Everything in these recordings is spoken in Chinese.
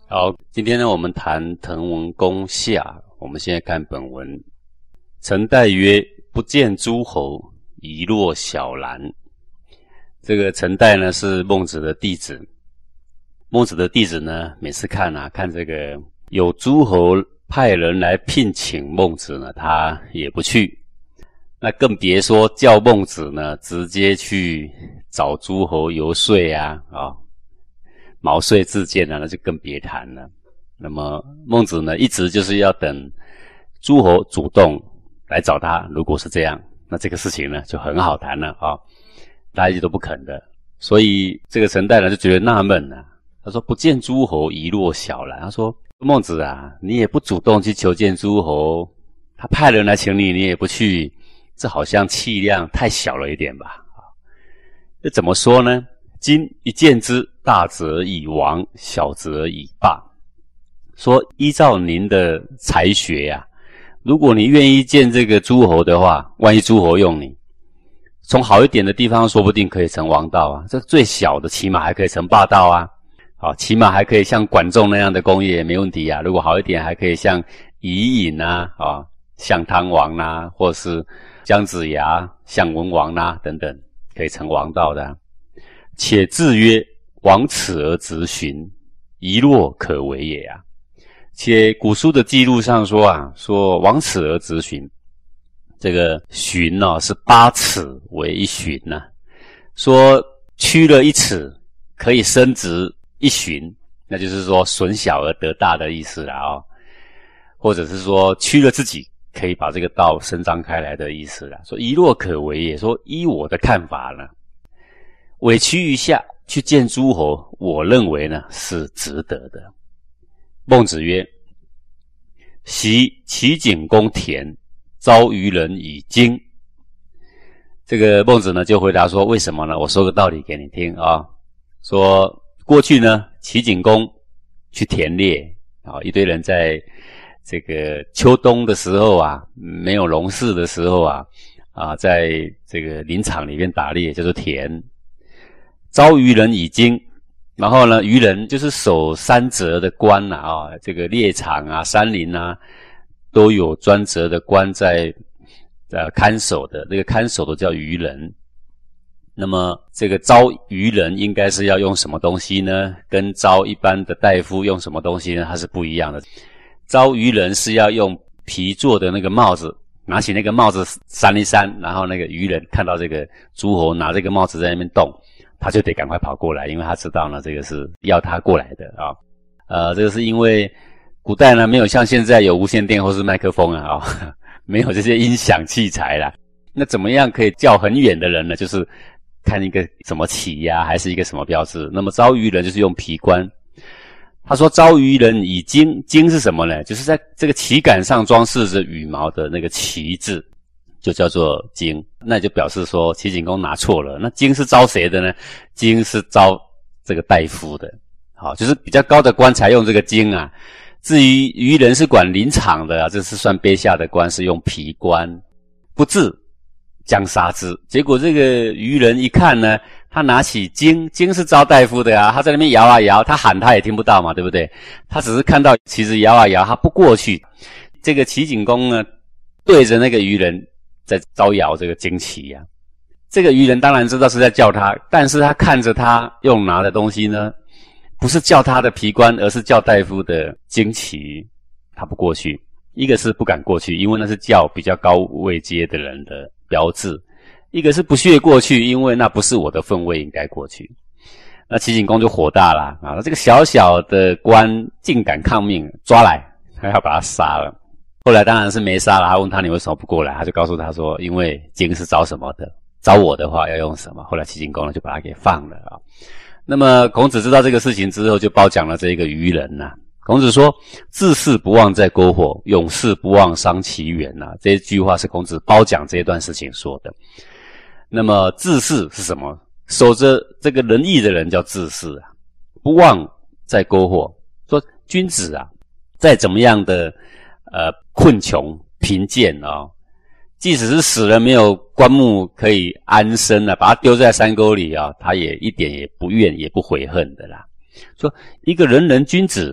好，今天呢，我们谈滕文公下。我们现在看本文。陈代曰：不见诸侯，遗落小兰。这个陈代呢是孟子的弟子。孟子的弟子呢，每次看这个有诸侯派人来聘请孟子呢，他也不去。那更别说叫孟子呢直接去找诸侯游说毛遂自荐那就更别谈了。那么孟子呢，一直就是要等诸侯主动来找他。如果是这样，那这个事情呢就很好谈了大家一直都不肯的。所以这个陈代呢就觉得纳闷他说：不见诸侯，遗落小兰。他说：孟子你也不主动去求见诸侯，他派人来请你，你也不去，这好像气量太小了一点吧。这怎么说呢？今一见之，大则以王，小则以霸。说依照您的才学如果你愿意见这个诸侯的话，万一诸侯用你，从好一点的地方说不定可以成王道这最小的起码还可以成霸道起码还可以像管仲那样的功业没问题如果好一点还可以像伊尹像汤王或是姜子牙、像文王等等，可以成王道的且自曰：王耻而直循，遗落可为也且古书的记录上说王耻而直循，这个循是8尺为一循说屈了1尺可以伸直1循，那就是说损小而得大的意思或者是说屈了自己可以把这个道伸张开来的意思说遗落可为也，说依我的看法呢，委屈一下去见诸侯，我认为呢是值得的。孟子曰：昔齐景公田，遭虞人以荆。这个孟子呢就回答说，为什么呢？我说个道理给你听说过去呢，齐景公去田猎一堆人在这个秋冬的时候没有农事的时候在这个林场里面打猎，叫做田。遭虞人以荆，然后呢，虞人就是守山泽的官这个猎场山林都有专责的官在看守的，这个看守的叫虞人。那么这个招虞人应该是要用什么东西呢？跟招一般的大夫用什么东西呢？它是不一样的。招虞人是要用皮做的那个帽子，拿起那个帽子扇一扇，然后那个虞人看到这个诸侯拿这个帽子在那边动，他就得赶快跑过来，因为他知道呢这个是要他过来的这个是因为古代呢没有像现在有无线电或是麦克风没有这些音响器材啦。那怎么样可以叫很远的人呢？就是看一个什么旗还是一个什么标志。那么招虞人就是用皮冠。他说招虞人以荆，荆是什么呢？就是在这个旗杆上装饰着羽毛的那个旗帜，就叫做荆。那就表示说齐景公拿错了。那荆是招谁的呢？荆是招这个大夫的。就是比较高的官才用这个荆至于虞人是管林场的这是算卑下的官，是用皮冠。不至，将杀之。结果这个虞人一看呢，他拿起荆，荆是招大夫的他在那边摇摇，他喊他也听不到嘛，对不对？他只是看到旗子摇摇，他不过去。这个齐景公呢，对着那个虞人在招摇这个荆旗这个虞人当然知道是在叫他，但是他看着他用拿的东西呢，不是叫他的皮冠，而是叫大夫的荆旗，他不过去。一个是不敢过去，因为那是叫比较高位阶的人的标志；一个是不屑过去，因为那不是我的分位应该过去。那齐景公就火大了这个小小的官竟敢抗命，抓来，他要把他杀了。后来当然是没杀了，他问他你为什么不过来，他就告诉他说，因为荆是招什么的，招我的话要用什么。后来齐景公呢就把他给放了那么孔子知道这个事情之后，就褒奖了这个虞人孔子说：治世不忘在篝火，勇士不忘伤其源这一句话是孔子褒奖这一段事情说的。那么治世是什么？守着这个仁义的人叫治世不忘在篝火。说君子再怎么样的困穷贫贱即使是死人没有棺木可以安身把他丢在山沟里他也一点也不怨也不悔恨的啦。说一个仁人君子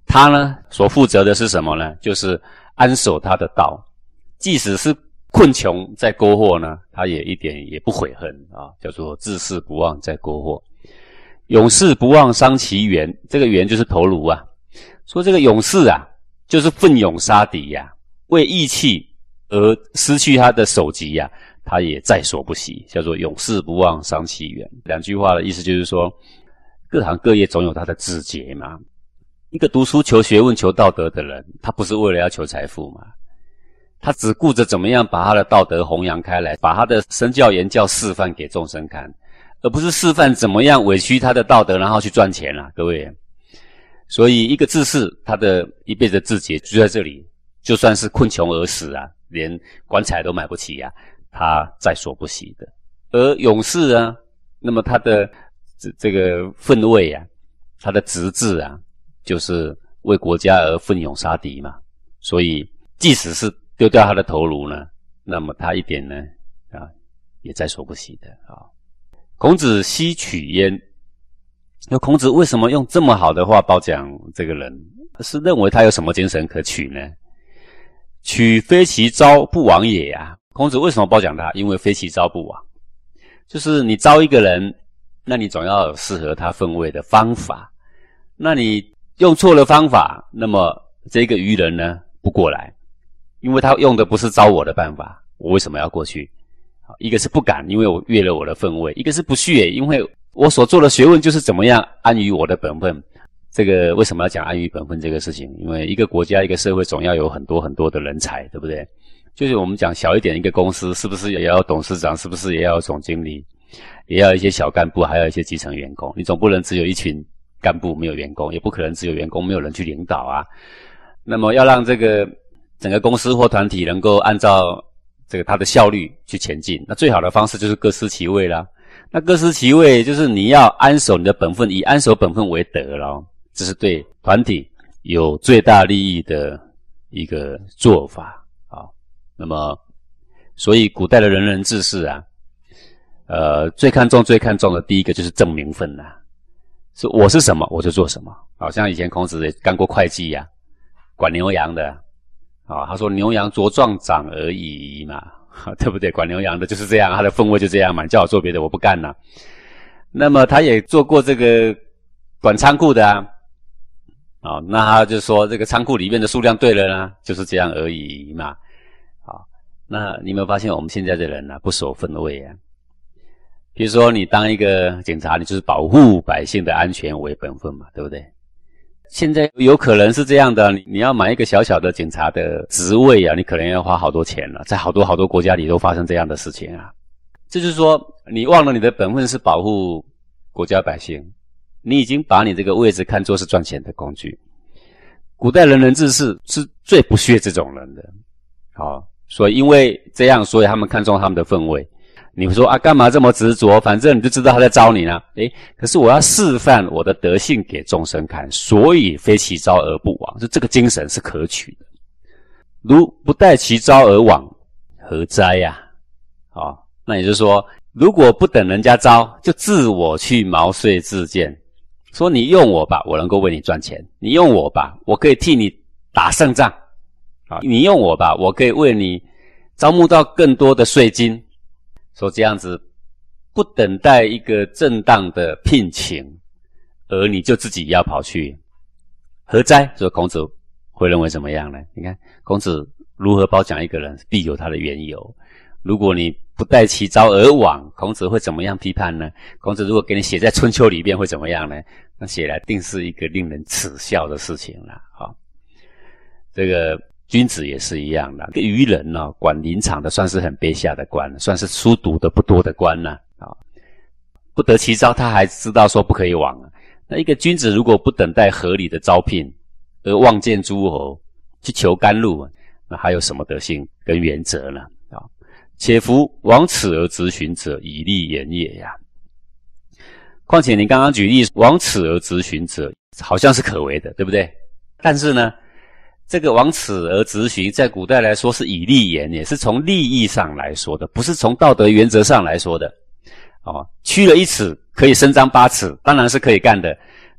他呢所负责的是什么呢？就是安守他的道，即使是困穷在勾惑呢，他也一点也不悔恨啊，叫做至事不忘在勾惑。勇士不忘伤其源，这个源就是头颅啊。说这个勇士啊，就是奋勇杀敌呀，为义气而失去他的首级呀，他也在所不惜，叫做勇士不忘伤其源。两句话的意思就是说，各行各业总有他的志节嘛。一个读书求学问求道德的人，他不是为了要求财富嘛，他只顾着怎么样把他的道德弘扬开来，把他的身教言教示范给众生看，而不是示范怎么样委屈他的道德然后去赚钱啊，各位。所以一个志士，他的一辈子的志节就在这里，就算是困穷而死啊，连棺材都买不起啊，他在所不惜的。而勇士啊，那么他的这个分位啊，他的职志啊，就是为国家而奋勇杀敌嘛。所以即使是丢掉他的头颅呢，那么他一点呢也在所不惜的啊。孔子奚取焉？那孔子为什么用这么好的话褒奖这个人？是认为他有什么精神可取呢？取非其招不往也啊。孔子为什么褒奖他？因为非其招不往，就是你招一个人，那你总要有适合他分位的方法。那你用错了方法，那么这个愚人呢不过来，因为他用的不是招我的办法，我为什么要过去？一个是不敢，因为我越了我的分位；一个是不屑，因为我所做的学问就是怎么样安于我的本分。这个为什么要讲安于本分这个事情？因为一个国家一个社会总要有很多很多的人才，对不对？就是我们讲小一点一个公司，是不是也要有董事长？是不是也要有总经理？也要一些小干部，还有一些基层员工。你总不能只有一群干部没有员工，也不可能只有员工没有人去领导啊。那么要让这个整个公司或团体能够按照这个它的效率去前进，那最好的方式就是各司其位啦。那各司其位就是你要安守你的本分，以安守本分为德咯，这是对团体有最大利益的一个做法啊。那么所以古代的仁人志士啊，最看重的第一个就是正名分啦，是我是什么我就做什么。好像以前孔子也干过会计啊，管牛羊的啊，他说牛羊茁壮长而已嘛，对不对？管牛羊的就是这样，他的分位就这样嘛，你叫我做别的我不干啦。那么他也做过这个管仓库的啊，那他就说这个仓库里面的数量对了呢，就是这样而已嘛。那你有没有发现我们现在的人不守分位啊？比如说你当一个警察，你就是保护百姓的安全为本分嘛，对不对？现在有可能是这样的，你要买一个小小的警察的职位啊，你可能要花好多钱了，在好多国家里都发生这样的事情啊。这就是说你忘了你的本分是保护国家百姓，你已经把你这个位置看作是赚钱的工具。古代仁人志士是最不屑这种人的，所以因为这样，所以他们看重他们的分位。你说干嘛这么执着？反正你就知道他在招你呢。可是我要示范我的德性给众生看，所以非其招而不往，就这个精神是可取的。如不待其招而往，何哉呀？那也就是说，如果不等人家招，就自我去毛遂自荐，说你用我吧，我能够为你赚钱；你用我吧，我可以替你打胜仗；你用我吧，我可以为你招募到更多的税金。说这样子不等待一个正当的聘请，而你就自己要跑去，何哉？所以孔子会认为怎么样呢？你看孔子如何褒奖一个人，必有他的缘由。如果你不待其招而往，孔子会怎么样批判呢？孔子如果给你写在春秋里面会怎么样呢？那写来定是一个令人耻笑的事情了。这个君子也是一样的，愚人管林场的算是很卑下的官，算是书读的不多的官不得其招，他还知道说不可以往。那一个君子如果不等待合理的招聘，而望见诸侯去求甘露，那还有什么德性跟原则呢？且夫往此而直寻者，以利言也呀。况且你刚刚举例，往此而直寻者，好像是可为的，对不对？但是呢，这个往此而直寻，在古代来说是以利言，也是从利益上来说的，不是从道德原则上来说的。屈了1尺可以伸张8尺，当然是可以干的。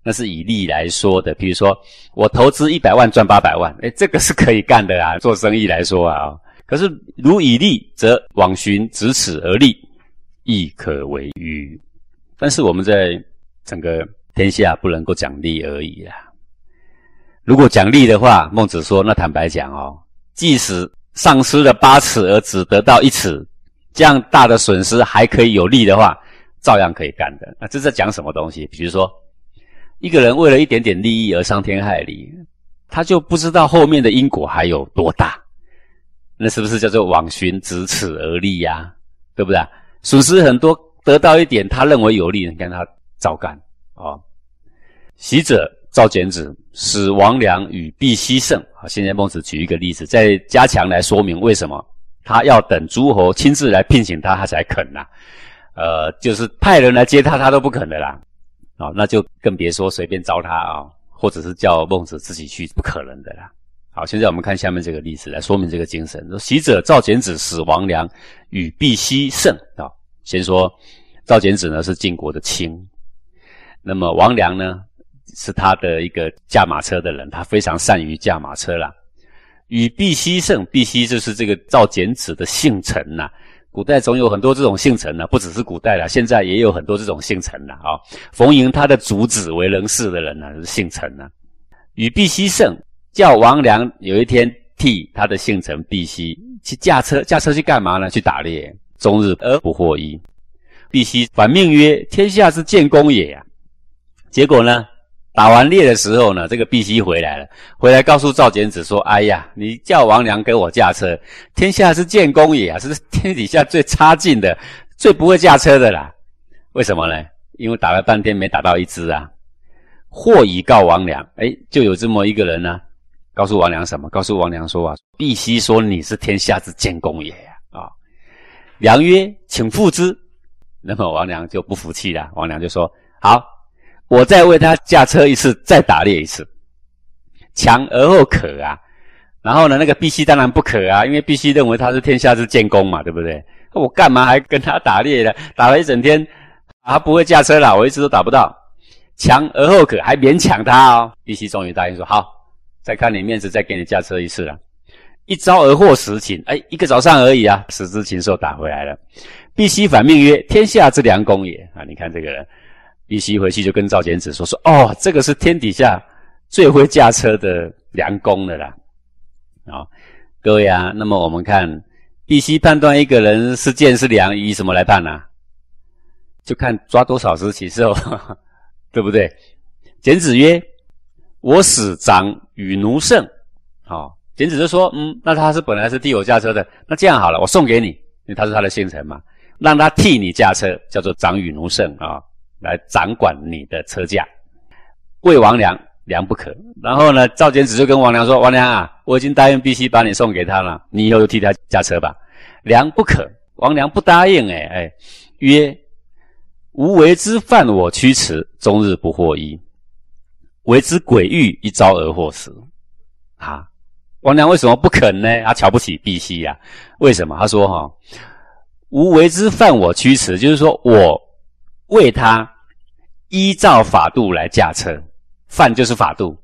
那是以利来说的。比如说我投资100万赚800万，这个是可以干的啊，做生意来说啊。可是如以利，则往寻咫尺而立，亦可为喻。但是我们在整个天下不能够讲利而已啦。如果讲利的话，孟子说，那坦白讲即使丧失了8尺而只得到1尺，这样大的损失还可以有利的话，照样可以干的。那这是在讲什么东西？比如说一个人为了一点点利益而伤天害理，他就不知道后面的因果还有多大，那是不是叫做往寻咫尺而立呀？对不对？损失很多，得到一点他认为有利，你看他照干习者赵简子，使王良与毕奚胜。好，现在孟子举一个例子，再加强来说明为什么他要等诸侯亲自来聘请他才肯啦。就是派人来接他，他都不肯的啦。那就更别说随便招他或者是叫孟子自己去，不可能的啦。好，现在我们看下面这个例子来说明这个精神。习者赵简子，使王良与毕奚胜。先说赵简子呢是晋国的卿，那么王良呢是他的一个驾马车的人，他非常善于驾马车啦。与毕奚胜，毕奚就是这个赵简子的姓陈啦。古代总有很多这种姓陈啦，不只是古代啦，现在也有很多这种姓陈啦。冯嬴他的主子为人士的人是姓陈啦。与毕奚胜，叫王良有一天替他的姓陈毕奚去驾车去干嘛呢？去打猎，终日而不获衣。毕奚反命曰：天下之建功也啊。结果呢，打完猎的时候呢，这个毕奚回来告诉赵简子说，哎呀，你叫王良给我驾车，天下是建功也啊，是天底下最差劲的，最不会驾车的啦。为什么呢？因为打了半天没打到一只啊。或以告王良，就有这么一个人呢，告诉王良什么？告诉王良说毕奚说你是天下之建功也啊。良曰：请付之。那么王良就不服气了，王良就说，好，我再为他驾车一次，再打猎一次，强而后可啊。然后呢，那个毕奚当然不可啊，因为毕奚认为他是天下之建功嘛，对不对？我干嘛还跟他打猎呢？打了一整天，他不会驾车啦，我一直都打不到。强而后可，还勉强他毕奚终于答应说，好，再看你面子，再给你驾车一次啦。一朝而获10禽，一个早上而已啊，10只禽兽打回来了。毕奚反命曰：天下之良弓也啊！你看这个人，毕奚回去就跟赵简子说，这个是天底下最会驾车的良弓了啦。各位啊，那么我们看毕奚判断一个人是贱是良，以什么来判啊？就看抓多少只禽兽，对不对？简子曰：我使长与奴胜。简子就说，那他是本来是替我驾车的，那这样好了，我送给你，因为他是他的姓陈嘛，让他替你驾车，叫做长与奴胜来掌管你的车驾。谓王良，良不可。然后呢，赵简子就跟王良说，王良啊，我已经答应毕奚把你送给他了，你以后就替他驾车吧。良不可，王良不答应曰：吾为之犯我驱驰，终日不获衣，为之诡喻，一朝而获食。王良为什么不肯呢？他瞧不起毕奚啊。为什么？他说吾为之犯我驱驰，就是说我为他依照法度来驾车，犯就是法度。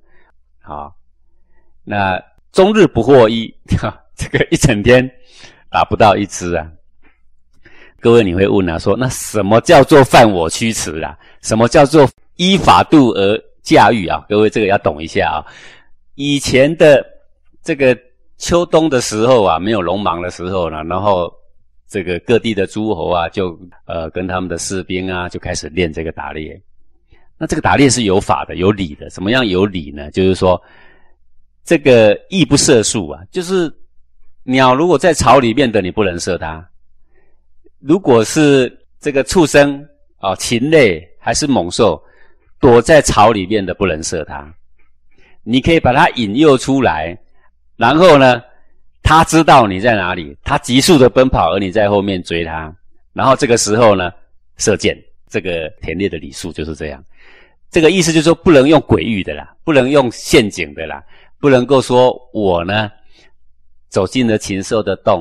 那终日不获衣，这个一整天打不到一只啊。各位你会问说那什么叫做犯我驱驰啊？什么叫做依法度而驾驭啊？各位这个要懂一下以前的这个秋冬的时候没有农忙的时候呢，然后这个各地的诸侯就跟他们的士兵就开始练这个打猎。那这个打猎是有法的，有理的。怎么样有理呢？就是说这个亦不射宿就是鸟如果在巢里面的，你不能射它。如果是这个畜生禽类还是猛兽躲在巢里面的，不能射它。你可以把它引诱出来，然后呢他知道你在哪里，他急速的奔跑，而你在后面追他，然后这个时候呢射箭。这个田猎的礼数就是这样。这个意思就是说不能用诡喻的啦，不能用陷阱的啦，不能够说我呢走进了禽兽的洞，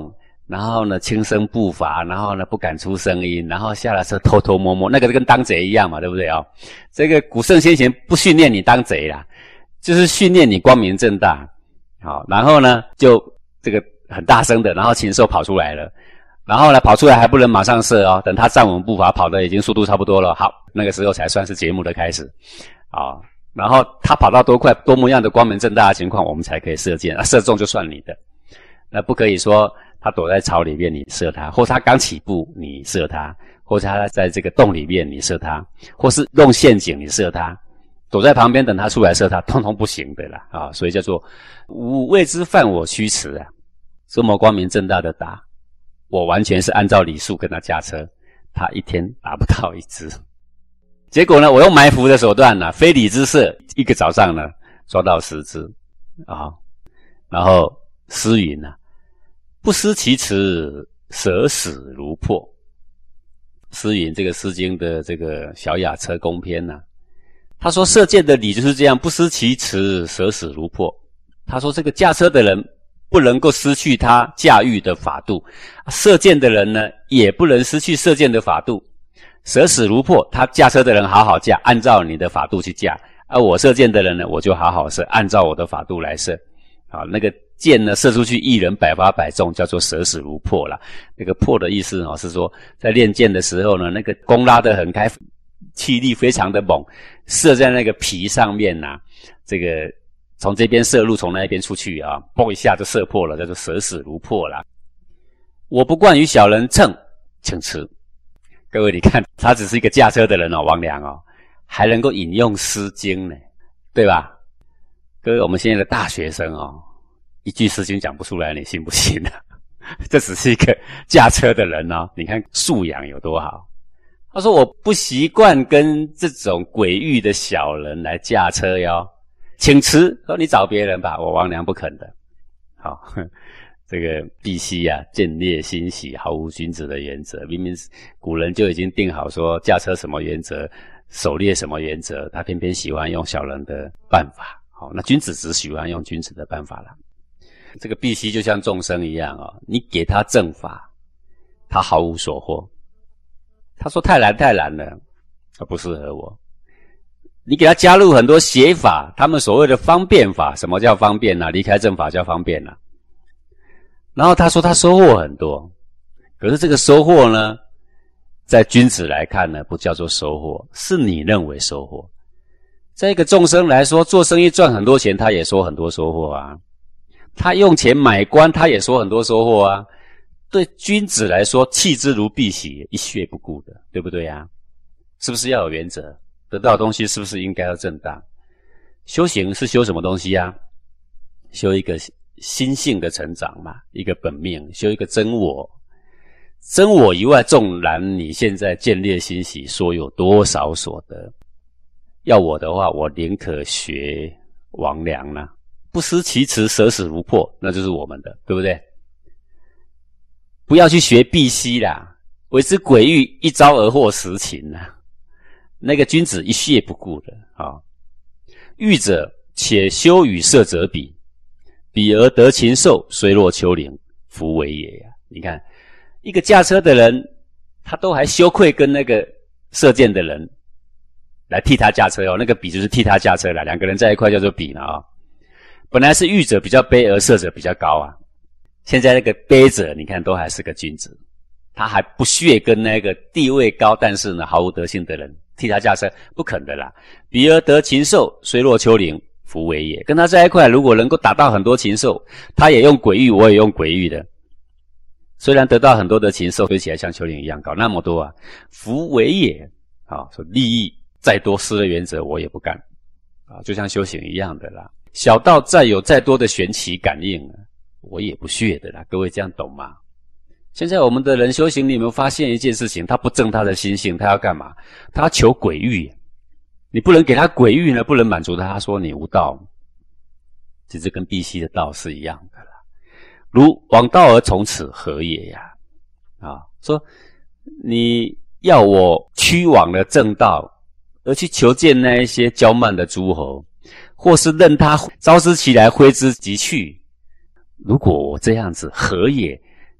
然后呢轻声步伐，然后呢不敢出声音，然后下了车偷偷摸摸，那个跟当贼一样嘛，对不对哦？这个古圣先贤不训练你当贼啦，就是训练你光明正大。好，然后呢就这个很大声的，然后禽兽跑出来了，然后呢跑出来还不能马上射哦，等他站稳步伐，跑的已经速度差不多了，好，那个时候才算是节目的开始。好，然后他跑到多快多么样的光明正大的情况，我们才可以射箭啊，射中就算你的。那不可以说他躲在草里面你射他，或他刚起步你射他，或者他在这个洞里面你射他，或是弄陷阱你射他，躲在旁边等他出来射他，通通不行的啦啊！所以叫做吾谓之犯我虚词啊，这么光明正大的打，我完全是按照礼数跟他驾车，他一天打不到一只。结果呢，我用埋伏的手段呢，非礼之射，一个早上呢抓到10只啊，然后诗云啊，不失其辞，舍死如破。诗云这个《诗经》的这个小雅车公篇啊，他说射箭的礼就是这样，不失其辞，舍死如破。他说这个驾车的人不能够失去他驾驭的法度，射箭的人呢也不能失去射箭的法度。舍死如破，他驾车的人好好驾，按照你的法度去驾，而我射箭的人呢，我就好好射，按照我的法度来射。好，那个箭呢射出去一人百发百中，叫做舍死如破啦。那个破的意思是说在练箭的时候呢，那个弓拉得很开，气力非常的猛，射在那个皮上面啊，这个从这边射入，从那边出去啊，嘣一下就射破了，叫做舍死如破啦。我不惯与小人乘，请吃。各位你看，他只是一个驾车的人哦，王良哦，还能够引用诗经呢，对吧？各位我们现在的大学生哦，一句诗经讲不出来，你信不信啊？这只是一个驾车的人哦，你看素养有多好。他说我不习惯跟这种鬼域的小人来驾车哟，请辞。说你找别人吧，我王良不肯的。好，这个必须啊，见猎心喜，毫无君子的原则。明明古人就已经定好说驾车什么原则，狩猎什么原则，他偏偏喜欢用小人的办法。好，那君子只喜欢用君子的办法啦。这个必须就像众生一样哦，你给他正法，他毫无所获。他说太难了，他不适合我。你给他加入很多邪法，他们所谓的方便法，什么叫方便啊？离开正法叫方便啊。然后他说他收获很多，可是这个收获呢，在君子来看呢，不叫做收获，是你认为收获。在一个众生来说，做生意赚很多钱，他也说很多收获啊。他用钱买官，他也说很多收获啊。对君子来说，弃之如敝屣，一蹶不顾的，对不对啊？是不是要有原则？得到的东西是不是应该要正当？修行是修什么东西啊？修一个心性的成长嘛，一个本命，修一个真我。真我以外，纵然你现在见猎心喜，说有多少所得，要我的话，我宁可学王良啦，不失其辞，舍死如破，那就是我们的，对不对？不要去学辟豨啦，为之鬼域，一朝而获实情啦。那个君子一蹶不顾的啊。欲者且修与射者比，比而得禽兽，虽若丘陵，弗为也呀。你看，一个驾车的人，他都还羞愧跟那个射箭的人来替他驾车哦，那个比就是替他驾车啦，两个人在一块叫做比了啊。本来是欲者比较卑，而射者比较高啊。现在那个卑者，你看都还是个君子，他还不屑跟那个地位高但是呢毫无德性的人替他驾车，不肯的啦。比而得禽兽，虽若丘陵，弗为也。跟他在一块，如果能够打到很多禽兽，他也用鬼域，我也用鬼域的，虽然得到很多的禽兽，飞起来像丘陵一样高，那么多啊，弗为也。好，说利益再多失了原则，我也不干啊，就像修行一样的啦。小到再有再多的玄奇感应，我也不屑的啦。各位这样懂吗？现在我们的人修行，你有没有发现一件事情？他不正他的心性，他要干嘛？他要求鬼域。你不能给他鬼域呢，不能满足他，他说你无道。其实跟辟豨的道是一样的啦。如往道而从此，何也呀？啊，说你要我趋往了正道，而去求见那一些骄慢的诸侯，或是任他招之其来，挥之即去。如果我这样子，何也？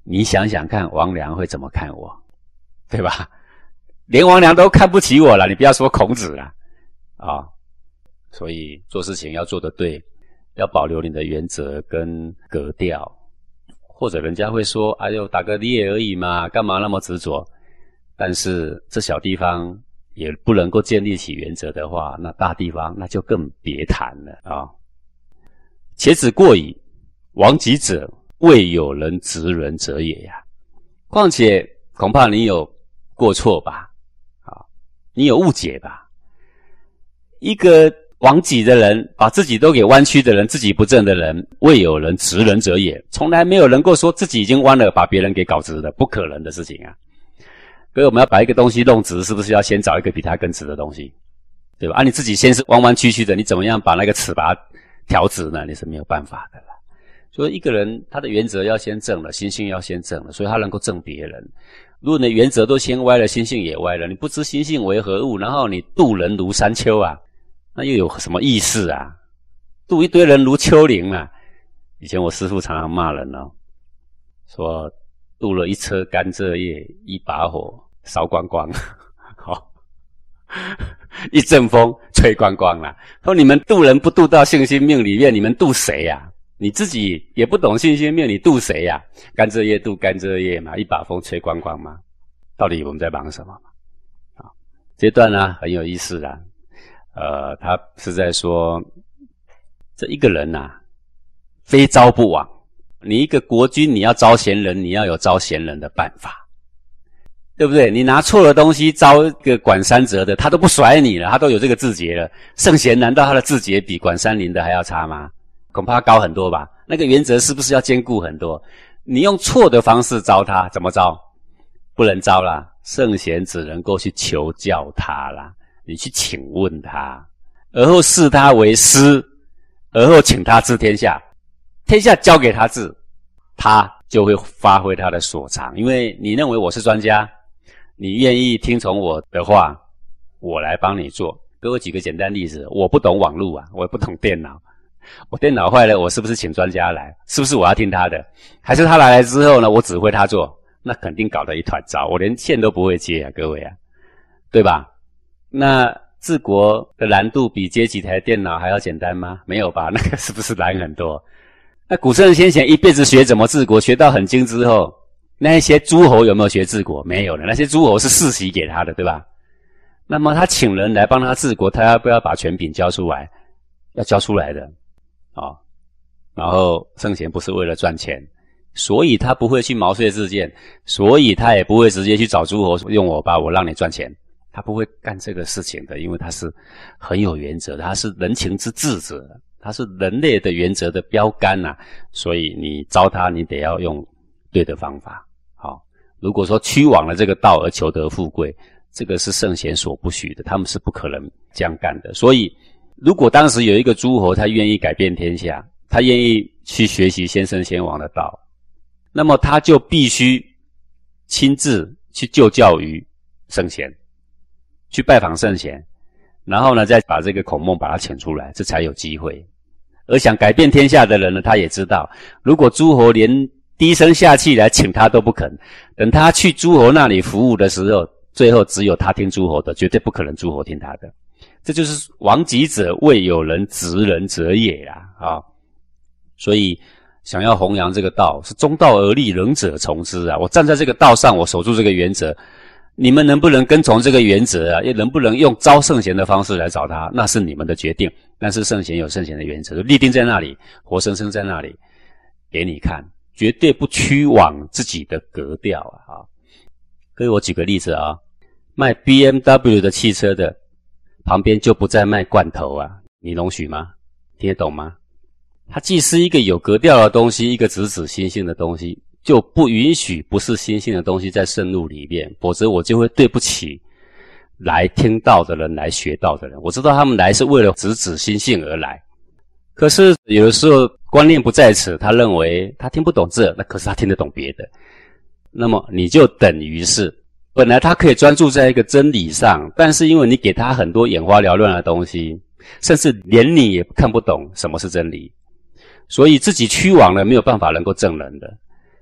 你想想看王良会怎么看我，对吧？连王良都看不起我了，你不要说孔子了啊！所以做事情要做得对，要保留你的原则跟格调。或者人家会说，哎呦，打个猎而已嘛，干嘛那么执着？但是这小地方也不能够建立起原则的话，那大地方那就更别谈了啊！且止过矣，亡己者未有人执人者也呀。况且恐怕你有过错吧？啊，你有误解吧？一个亡己的人，把自己都给弯曲的人，自己不正的人，未有人直人者也。从来没有人够说自己已经弯了，把别人给搞直了，不可能的事情啊！所以我们要把一个东西弄直，是不是要先找一个比它更直的东西？对吧？啊，你自己先是弯弯曲曲的，你怎么样把那个尺把它调直呢？你是没有办法的啦。所以一个人他的原则要先正了，心性要先正了，所以他能够正别人。如果你的原则都先歪了，心性也歪了，你不知心性为何物，然后你度人如山丘啊，那又有什么意思啊？度一堆人如丘陵啊！以前我师父常常骂人哦，说度了一车甘蔗叶，一把火烧光光，好，一阵风吹光光啦。说你们度人不度到信心命里面，你们度谁呀？你自己也不懂信心命，你度谁呀？甘蔗叶度甘蔗叶嘛，一把风吹光光嘛。到底我们在忙什么嘛？啊，这段呢很有意思啊。他是在说，这一个人啊，非招不往。你一个国君，你要招贤人，你要有招贤人的办法，对不对？你拿错了东西招一个管三哲的，他都不甩你了，他都有这个字节了。圣贤难道他的字节比管三林的还要差吗？恐怕高很多吧。那个原则是不是要兼顾很多？你用错的方式招他，怎么招？不能招啦。圣贤只能够去求教他啦，你去请问他，而后视他为师，而后请他治天下，天下交给他治，他就会发挥他的所长。因为你认为我是专家，你愿意听从我的话，我来帮你做。给我举个简单例子，我不懂网络啊，我也不懂电脑，我电脑坏了，我是不是请专家来？是不是我要听他的？还是他来之后呢，我指挥他做？那肯定搞得一团糟，我连线都不会接啊，各位啊，对吧？那治国的难度比接几台电脑还要简单吗？没有吧，那个是不是难很多？那古圣先贤一辈子学怎么治国，学到很精之后，那些诸侯有没有学治国？没有的，那些诸侯是世袭给他的，对吧？那么他请人来帮他治国，他要不要把权柄交出来？要交出来的哦。然后圣贤不是为了赚钱，所以他不会去毛遂自荐，所以他也不会直接去找诸侯用我吧，我让你赚钱，他不会干这个事情的，因为他是很有原则的，他是人情之智者，他是人类的原则的标杆啊，所以你招他，你得要用对的方法。好，如果说屈枉了这个道而求得富贵，这个是圣贤所不许的，他们是不可能这样干的。所以如果当时有一个诸侯，他愿意改变天下，他愿意去学习先圣先王的道，那么他就必须亲自去就教于圣贤，去拜访圣贤，然后呢再把这个孔孟把他请出来，这才有机会。而想改变天下的人呢，他也知道，如果诸侯连低声下气来请他都不肯，等他去诸侯那里服务的时候，最后只有他听诸侯的，绝对不可能诸侯听他的。这就是亡己者未有人执人者也啦啊！所以想要弘扬这个道，是中道而立，仁者从之啊！我站在这个道上，我守住这个原则，你们能不能跟从这个原则啊？也能不能用招圣贤的方式来找他，那是你们的决定。但是圣贤有圣贤的原则，就立定在那里，活生生在那里给你看，绝对不屈枉自己的格调啊！各位，我举个例子啊，卖 BMW 的汽车的旁边就不再卖罐头啊，你容许吗？听得懂吗？它既是一个有格调的东西，一个直指心性的东西，就不允许不是心性的东西再渗入里面，否则我就会对不起来听道的人，来学道的人。我知道他们来是为了直指心性而来，可是有的时候观念不在此，他认为他听不懂这，那可是他听得懂别的，那么你就等于是本来他可以专注在一个真理上，但是因为你给他很多眼花缭乱的东西，甚至连你也看不懂什么是真理，所以自己屈枉了，没有办法能够正人的。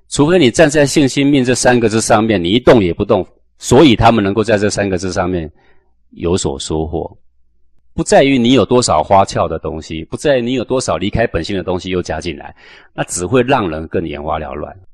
除非你站在信心命这三个字上面，你一动也不动，所以他们能够在这三个字上面有所收获。不在于你有多少花俏的东西，不在于你有多少离开本性的东西又加进来，那只会让人更眼花缭乱。